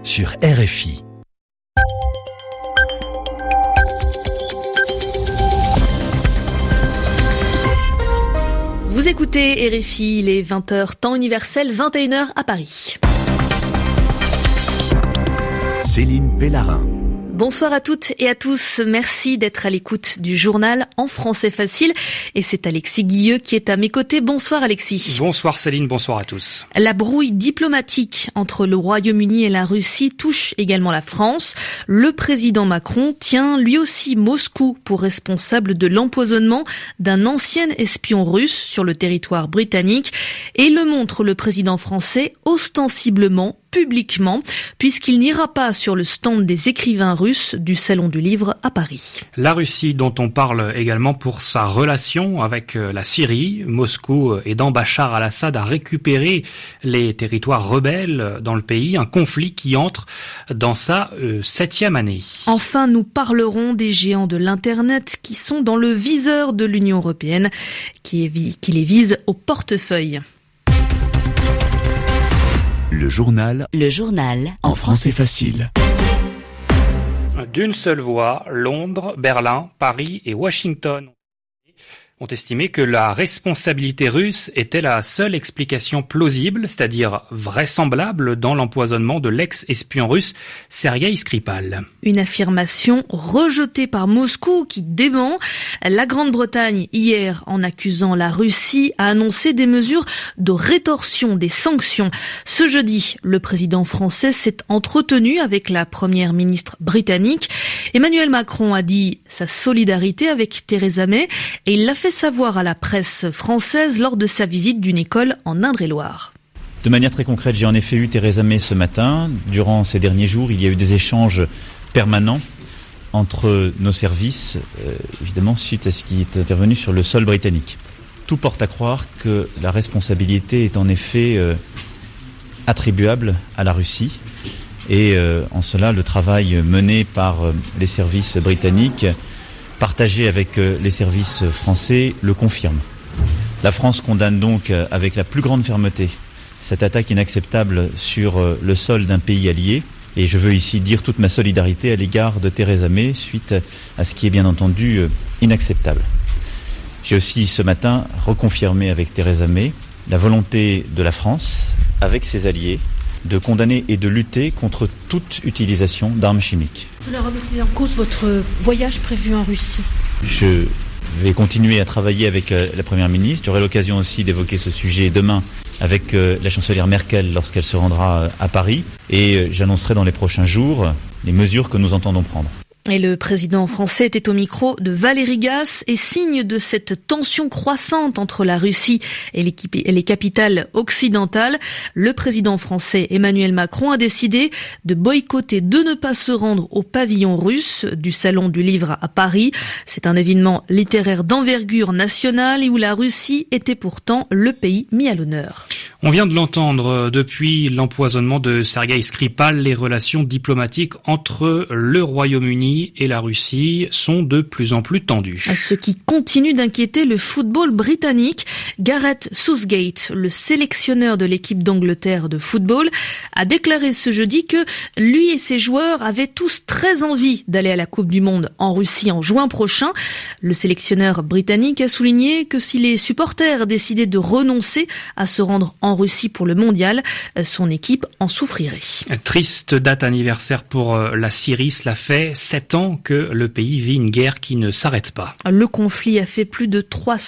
sur RFI. Vous écoutez RFI, il est 20h, temps universel, 21h à Paris. Céline Pellarin. Bonsoir à toutes et à tous. Merci d'être à l'écoute du journal en français facile. Et c'est Alexis Guilleux qui est à mes côtés. Bonsoir Alexis. Bonsoir Céline, bonsoir à tous. La brouille diplomatique entre le Royaume-Uni et la Russie touche également la France. Le président Macron tient lui aussi Moscou pour responsable de l'empoisonnement d'un ancien espion russe sur le territoire britannique. Et le montre le président français ostensiblement, publiquement, puisqu'il n'ira pas sur le stand des écrivains russes du Salon du Livre à Paris. La Russie dont on parle également pour sa relation avec la Syrie. Moscou aidant Bachar al-Assad à récupérer les territoires rebelles dans le pays, un conflit qui entre dans sa 7e année. Enfin, nous parlerons des géants de l'Internet qui sont dans le viseur de l'Union européenne, qui les vise au portefeuille. Le journal en français facile. D'une seule voix, Londres, Berlin, Paris et Washington ont estimé que la responsabilité russe était la seule explication plausible, c'est-à-dire vraisemblable, dans l'empoisonnement de l'ex-espion russe Sergueï Skripal. Une affirmation rejetée par Moscou qui dément. La Grande-Bretagne, hier, en accusant la Russie, a annoncé des mesures de rétorsion des sanctions. Ce jeudi, le président français s'est entretenu avec la première ministre britannique. Emmanuel Macron a dit sa solidarité avec Theresa May et il l'a fait savoir à la presse française lors de sa visite d'une école en Indre-et-Loire. De manière très concrète, j'ai en effet eu Theresa May ce matin. Durant ces derniers jours, il y a eu des échanges permanents entre nos services, évidemment suite à ce qui est intervenu sur le sol britannique. Tout porte à croire que la responsabilité est en effet attribuable à la Russie. Et en cela, le travail mené par les services britanniques, partagé avec les services français, le confirme. La France condamne donc avec la plus grande fermeté cette attaque inacceptable sur le sol d'un pays allié. Et je veux ici dire toute ma solidarité à l'égard de Theresa May suite à ce qui est bien entendu inacceptable. J'ai aussi ce matin reconfirmé avec Theresa May la volonté de la France, avec ses alliés, de condamner et de lutter contre toute utilisation d'armes chimiques. Cela remet en cause votre voyage prévu en Russie. Je vais continuer à travailler avec la Première ministre. J'aurai l'occasion aussi d'évoquer ce sujet demain avec la chancelière Merkel lorsqu'elle se rendra à Paris. Et j'annoncerai dans les prochains jours les mesures que nous entendons prendre. Et le président français était au micro de Valérie Gasse et signe de cette tension croissante entre la Russie et les capitales occidentales. Le président français Emmanuel Macron a décidé de boycotter, de ne pas se rendre au pavillon russe du Salon du Livre à Paris. C'est un événement littéraire d'envergure nationale et où la Russie était pourtant le pays mis à l'honneur. On vient de l'entendre, depuis l'empoisonnement de Sergueï Skripal, les relations diplomatiques entre le Royaume-Uni et la Russie sont de plus en plus tendues. Ce qui continue d'inquiéter le football britannique. Gareth Southgate, le sélectionneur de l'équipe d'Angleterre de football, a déclaré ce jeudi que lui et ses joueurs avaient tous très envie d'aller à la Coupe du Monde en Russie en juin prochain. Le sélectionneur britannique a souligné que si les supporters décidaient de renoncer à se rendre en Russie pour le mondial, son équipe en souffrirait. Triste date anniversaire pour la Syrie, cela fait 7 ans que le pays vit une guerre qui ne s'arrête pas. Le conflit a fait plus de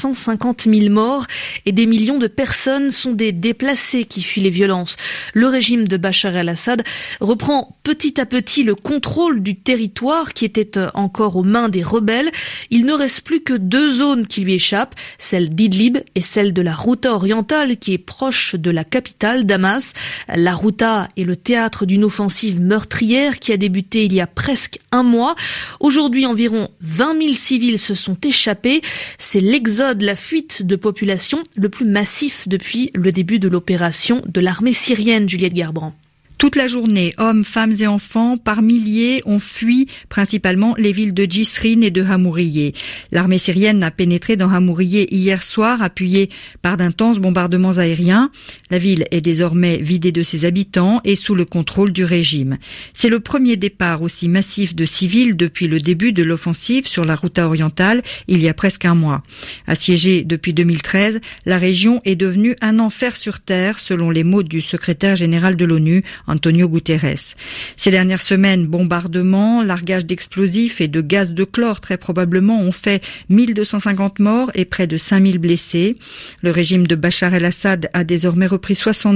350 000 morts et des millions de personnes sont des déplacés qui fuient les violences. Le régime de Bachar el-Assad reprend petit à petit le contrôle du territoire qui était encore aux mains des rebelles. Il ne reste plus que 2 zones qui lui échappent, celle d'Idlib et celle de la Ghouta orientale qui est proche de la capitale, Damas. La Ghouta est le théâtre d'une offensive meurtrière qui a débuté il y a presque un mois. Aujourd'hui, environ 20 000 civils se sont échappés. C'est l'exode, la fuite de population le plus massif depuis le début de l'opération de l'armée syrienne, Juliette Garbrand. Toute la journée, hommes, femmes et enfants, par milliers, ont fui principalement les villes de Jisrin et de Hamouriye. L'armée syrienne a pénétré dans Hamouriye hier soir, appuyée par d'intenses bombardements aériens. La ville est désormais vidée de ses habitants et sous le contrôle du régime. C'est le premier départ aussi massif de civils depuis le début de l'offensive sur la Ghouta orientale, il y a presque un mois. Assiégée depuis 2013, la région est devenue un enfer sur terre, selon les mots du secrétaire général de l'ONU, Antonio Guterres. Ces dernières semaines, bombardements, largage d'explosifs et de gaz de chlore très probablement ont fait 1250 morts et près de 5000 blessés. Le régime de Bachar el-Assad a désormais repris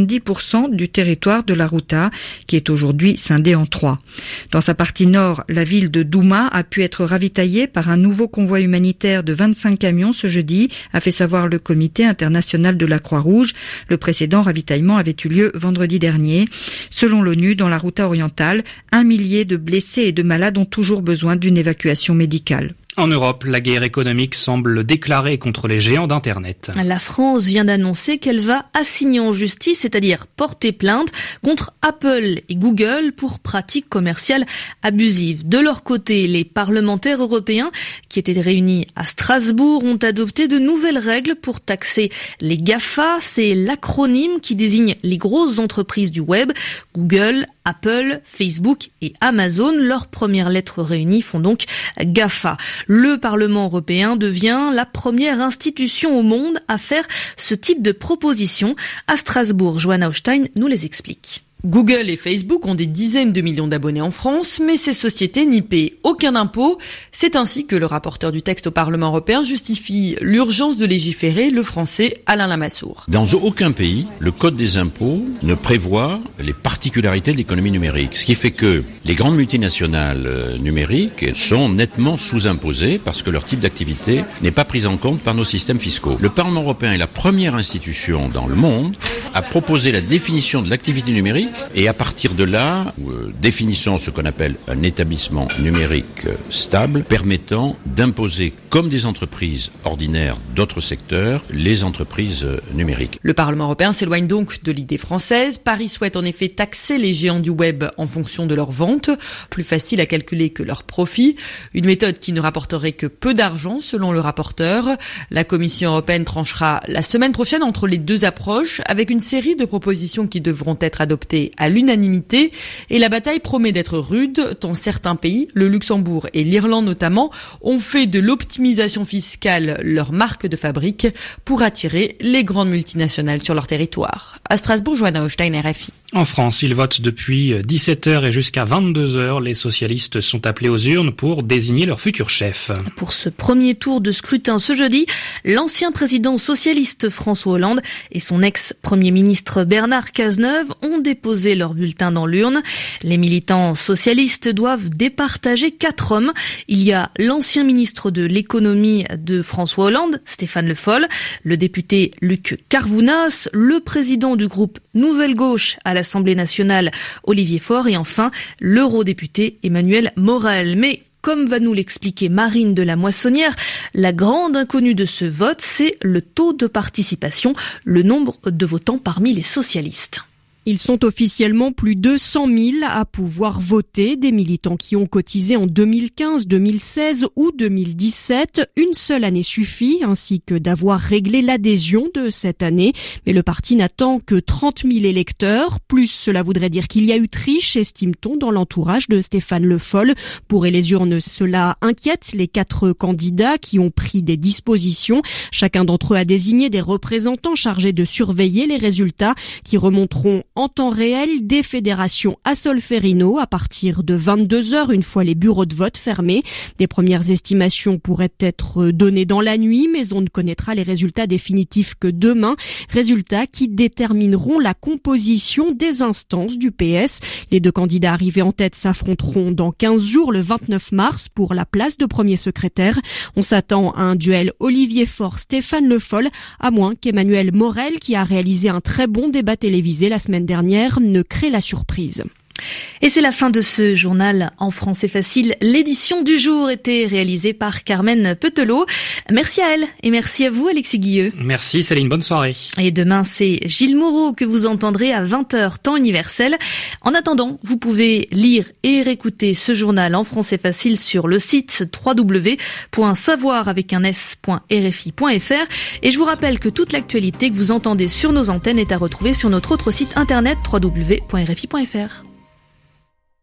70% du territoire de la Ghouta, qui est aujourd'hui scindé en 3. Dans sa partie nord, la ville de Douma a pu être ravitaillée par un nouveau convoi humanitaire de 25 camions ce jeudi, a fait savoir le Comité international de la Croix-Rouge. Le précédent ravitaillement avait eu lieu vendredi dernier. Selon l'ONU, dans la Ghouta orientale, 1 millier de blessés et de malades ont toujours besoin d'une évacuation médicale. En Europe, la guerre économique semble déclarée contre les géants d'Internet. La France vient d'annoncer qu'elle va assigner en justice, c'est-à-dire porter plainte contre Apple et Google pour pratiques commerciales abusives. De leur côté, les parlementaires européens qui étaient réunis à Strasbourg ont adopté de nouvelles règles pour taxer les GAFA. C'est l'acronyme qui désigne les grosses entreprises du web. Google, Apple, Facebook et Amazon, leurs premières lettres réunies font donc GAFA. Le Parlement européen devient la première institution au monde à faire ce type de proposition. À Strasbourg, Johanna Hochstein nous les explique. Google et Facebook ont des dizaines de millions d'abonnés en France, mais ces sociétés n'y paient aucun impôt. C'est ainsi que le rapporteur du texte au Parlement européen justifie l'urgence de légiférer, le français Alain Lamassoure. Dans aucun pays, le code des impôts ne prévoit les particularités de l'économie numérique. Ce qui fait que les grandes multinationales numériques sont nettement sous-imposées parce que leur type d'activité n'est pas pris en compte par nos systèmes fiscaux. Le Parlement européen est la première institution dans le monde à proposer la définition de l'activité numérique. Et à partir de là, définissons ce qu'on appelle un établissement numérique stable, permettant d'imposer, comme des entreprises ordinaires d'autres secteurs, les entreprises numériques. Le Parlement européen s'éloigne donc de l'idée française. Paris souhaite en effet taxer les géants du web en fonction de leurs ventes, plus facile à calculer que leurs profits. Une méthode qui ne rapporterait que peu d'argent, selon le rapporteur. La Commission européenne tranchera la semaine prochaine entre les deux approches, avec une série de propositions qui devront être adoptées à l'unanimité, et la bataille promet d'être rude, tant certains pays, le Luxembourg et l'Irlande notamment, ont fait de l'optimisation fiscale leur marque de fabrique pour attirer les grandes multinationales sur leur territoire. À Strasbourg, Johanna Hochstein, RFI. En France, ils votent depuis 17h et jusqu'à 22h. Les socialistes sont appelés aux urnes pour désigner leur futur chef. Pour ce premier tour de scrutin ce jeudi, l'ancien président socialiste François Hollande et son ex-premier ministre Bernard Cazeneuve ont déposé leur bulletin dans l'urne. Les militants socialistes doivent départager 4 hommes. Il y a l'ancien ministre de l'économie de François Hollande, Stéphane Le Foll, le député Luc Carvounas, le président du groupe Nouvelle Gauche à l'Assemblée nationale, Olivier Faure, et enfin l'eurodéputé Emmanuel Morel. Mais comme va nous l'expliquer Marine de la Moissonnière, la grande inconnue de ce vote, c'est le taux de participation, le nombre de votants parmi les socialistes. Ils sont officiellement plus de 100 000 à pouvoir voter, des militants qui ont cotisé en 2015, 2016 ou 2017. Une seule année suffit, ainsi que d'avoir réglé l'adhésion de cette année. Mais le parti n'attend que 30 000 électeurs. Plus, cela voudrait dire qu'il y a eu triche, estime-t-on, dans l'entourage de Stéphane Le Foll. Pour les urnes, cela inquiète les 4 candidats qui ont pris des dispositions. Chacun d'entre eux a désigné des représentants chargés de surveiller les résultats qui remonteront en temps réel des fédérations à Solferino à partir de 22h, une fois les bureaux de vote fermés. Des premières estimations pourraient être données dans la nuit, mais on ne connaîtra les résultats définitifs que demain. Résultats qui détermineront la composition des instances du PS. Les 2 candidats arrivés en tête s'affronteront dans 15 jours, le 29 mars, pour la place de premier secrétaire. On s'attend à un duel Olivier Faure-Stéphane Le Foll, à moins qu'Emmanuel Morel, qui a réalisé un très bon débat télévisé la semaine dernière, ne crée la surprise. Et c'est la fin de ce journal en français facile. L'édition du jour était réalisée par Carmen Petelot. Merci à elle et merci à vous Alexis Guilleux. Merci Céline, bonne soirée. Et demain c'est Gilles Moreau que vous entendrez à 20h temps universel. En attendant, vous pouvez lire et réécouter ce journal en français facile sur le site www.savoir.rfi.fr. Et je vous rappelle que toute l'actualité que vous entendez sur nos antennes est à retrouver sur notre autre site internet www.rfi.fr.